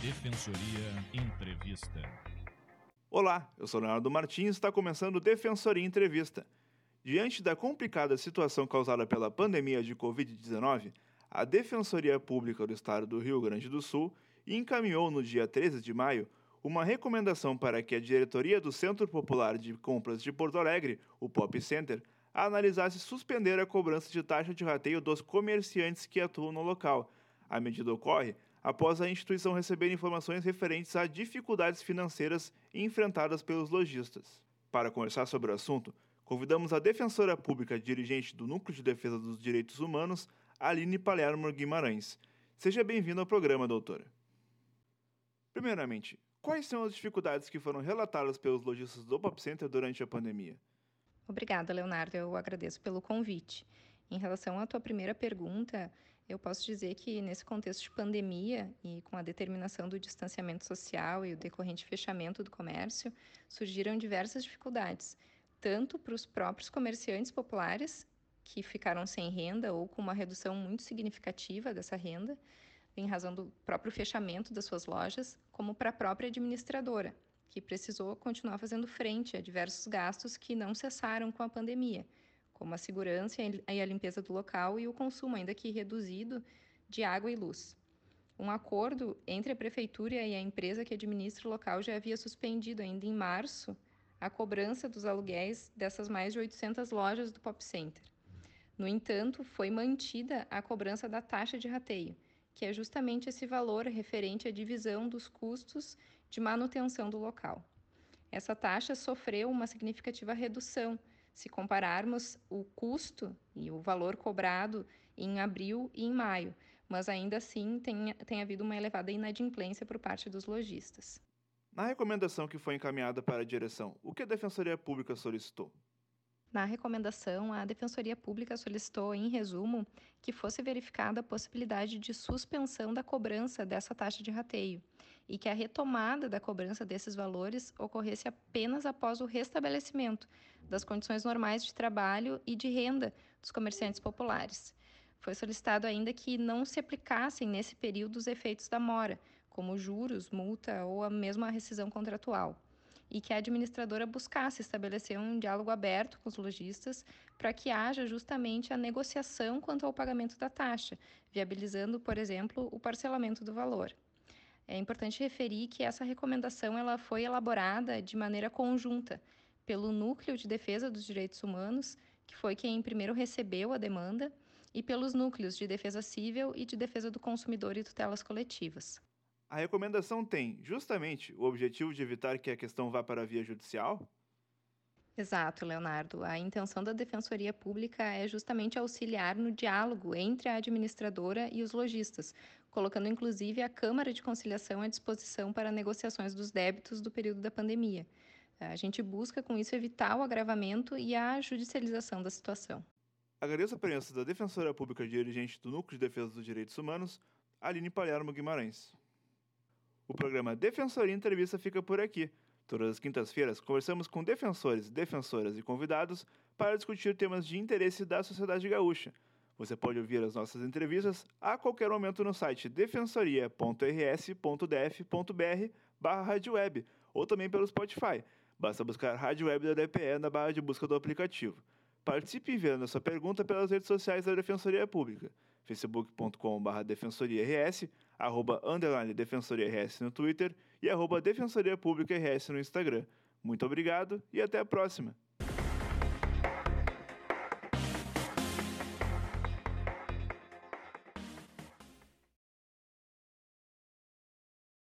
Defensoria Entrevista. Olá, eu sou Leonardo Martins e está começando o Defensoria Entrevista. Diante da complicada situação causada pela pandemia de Covid-19, a Defensoria Pública do Estado do Rio Grande do Sul encaminhou no dia 13 de maio uma recomendação para que a diretoria do Centro Popular de Compras de Porto Alegre, o Pop Center, analisasse suspender a cobrança de taxa de rateio dos comerciantes que atuam no local. A medida ocorre após a instituição receber informações referentes a dificuldades financeiras enfrentadas pelos lojistas. Para conversar sobre o assunto, convidamos a defensora pública dirigente do Núcleo de Defesa dos Direitos Humanos, Aline Palermo Guimarães. Seja bem-vinda ao programa, doutora. Primeiramente, quais são as dificuldades que foram relatadas pelos lojistas do Pop Center durante a pandemia? Obrigada, Leonardo. Eu agradeço pelo convite. Em relação à tua primeira pergunta, eu posso dizer que nesse contexto de pandemia e com a determinação do distanciamento social e o decorrente fechamento do comércio, surgiram diversas dificuldades, tanto para os próprios comerciantes populares, que ficaram sem renda ou com uma redução muito significativa dessa renda, em razão do próprio fechamento das suas lojas, como para a própria administradora, que precisou continuar fazendo frente a diversos gastos que não cessaram com a pandemia, como a segurança e a limpeza do local e o consumo, ainda que reduzido, de água e luz. Um acordo entre a prefeitura e a empresa que administra o local já havia suspendido, ainda em março, a cobrança dos aluguéis dessas mais de 800 lojas do Pop Center. No entanto, foi mantida a cobrança da taxa de rateio, que é justamente esse valor referente à divisão dos custos de manutenção do local. Essa taxa sofreu uma significativa redução, se compararmos o custo e o valor cobrado em abril e em maio, mas ainda assim tem havido uma elevada inadimplência por parte dos lojistas. Na recomendação que foi encaminhada para a direção, o que a Defensoria Pública solicitou? Na recomendação, a Defensoria Pública solicitou, em resumo, que fosse verificada a possibilidade de suspensão da cobrança dessa taxa de rateio e que a retomada da cobrança desses valores ocorresse apenas após o restabelecimento das condições normais de trabalho e de renda dos comerciantes populares. Foi solicitado ainda que não se aplicassem nesse período os efeitos da mora, como juros, multa ou mesmo a rescisão contratual, e que a administradora buscasse estabelecer um diálogo aberto com os lojistas para que haja justamente a negociação quanto ao pagamento da taxa, viabilizando, por exemplo, o parcelamento do valor. É importante referir que essa recomendação ela foi elaborada de maneira conjunta pelo Núcleo de Defesa dos Direitos Humanos, que foi quem primeiro recebeu a demanda, e pelos núcleos de defesa civil e de defesa do consumidor e tutelas coletivas. A recomendação tem, justamente, o objetivo de evitar que a questão vá para a via judicial? Exato, Leonardo. A intenção da Defensoria Pública é justamente auxiliar no diálogo entre a administradora e os lojistas, colocando inclusive a Câmara de Conciliação à disposição para negociações dos débitos do período da pandemia. A gente busca, com isso, evitar o agravamento e a judicialização da situação. Agradeço a presença da Defensora Pública dirigente do Núcleo de Defesa dos Direitos Humanos, Aline Palermo Guimarães. O programa Defensoria Entrevista fica por aqui. Todas as quintas-feiras, conversamos com defensores, defensoras e convidados para discutir temas de interesse da sociedade gaúcha. Você pode ouvir as nossas entrevistas a qualquer momento no site defensoria.rs.def.br/radioweb ou também pelo Spotify. Basta buscar Rádio Web da DPE na barra de busca do aplicativo. Participe enviando a sua pergunta pelas redes sociais da Defensoria Pública, facebook.com/defensoriars, @defensoriars no Twitter e @defensoriapublicaRS no Instagram. Muito obrigado e até a próxima!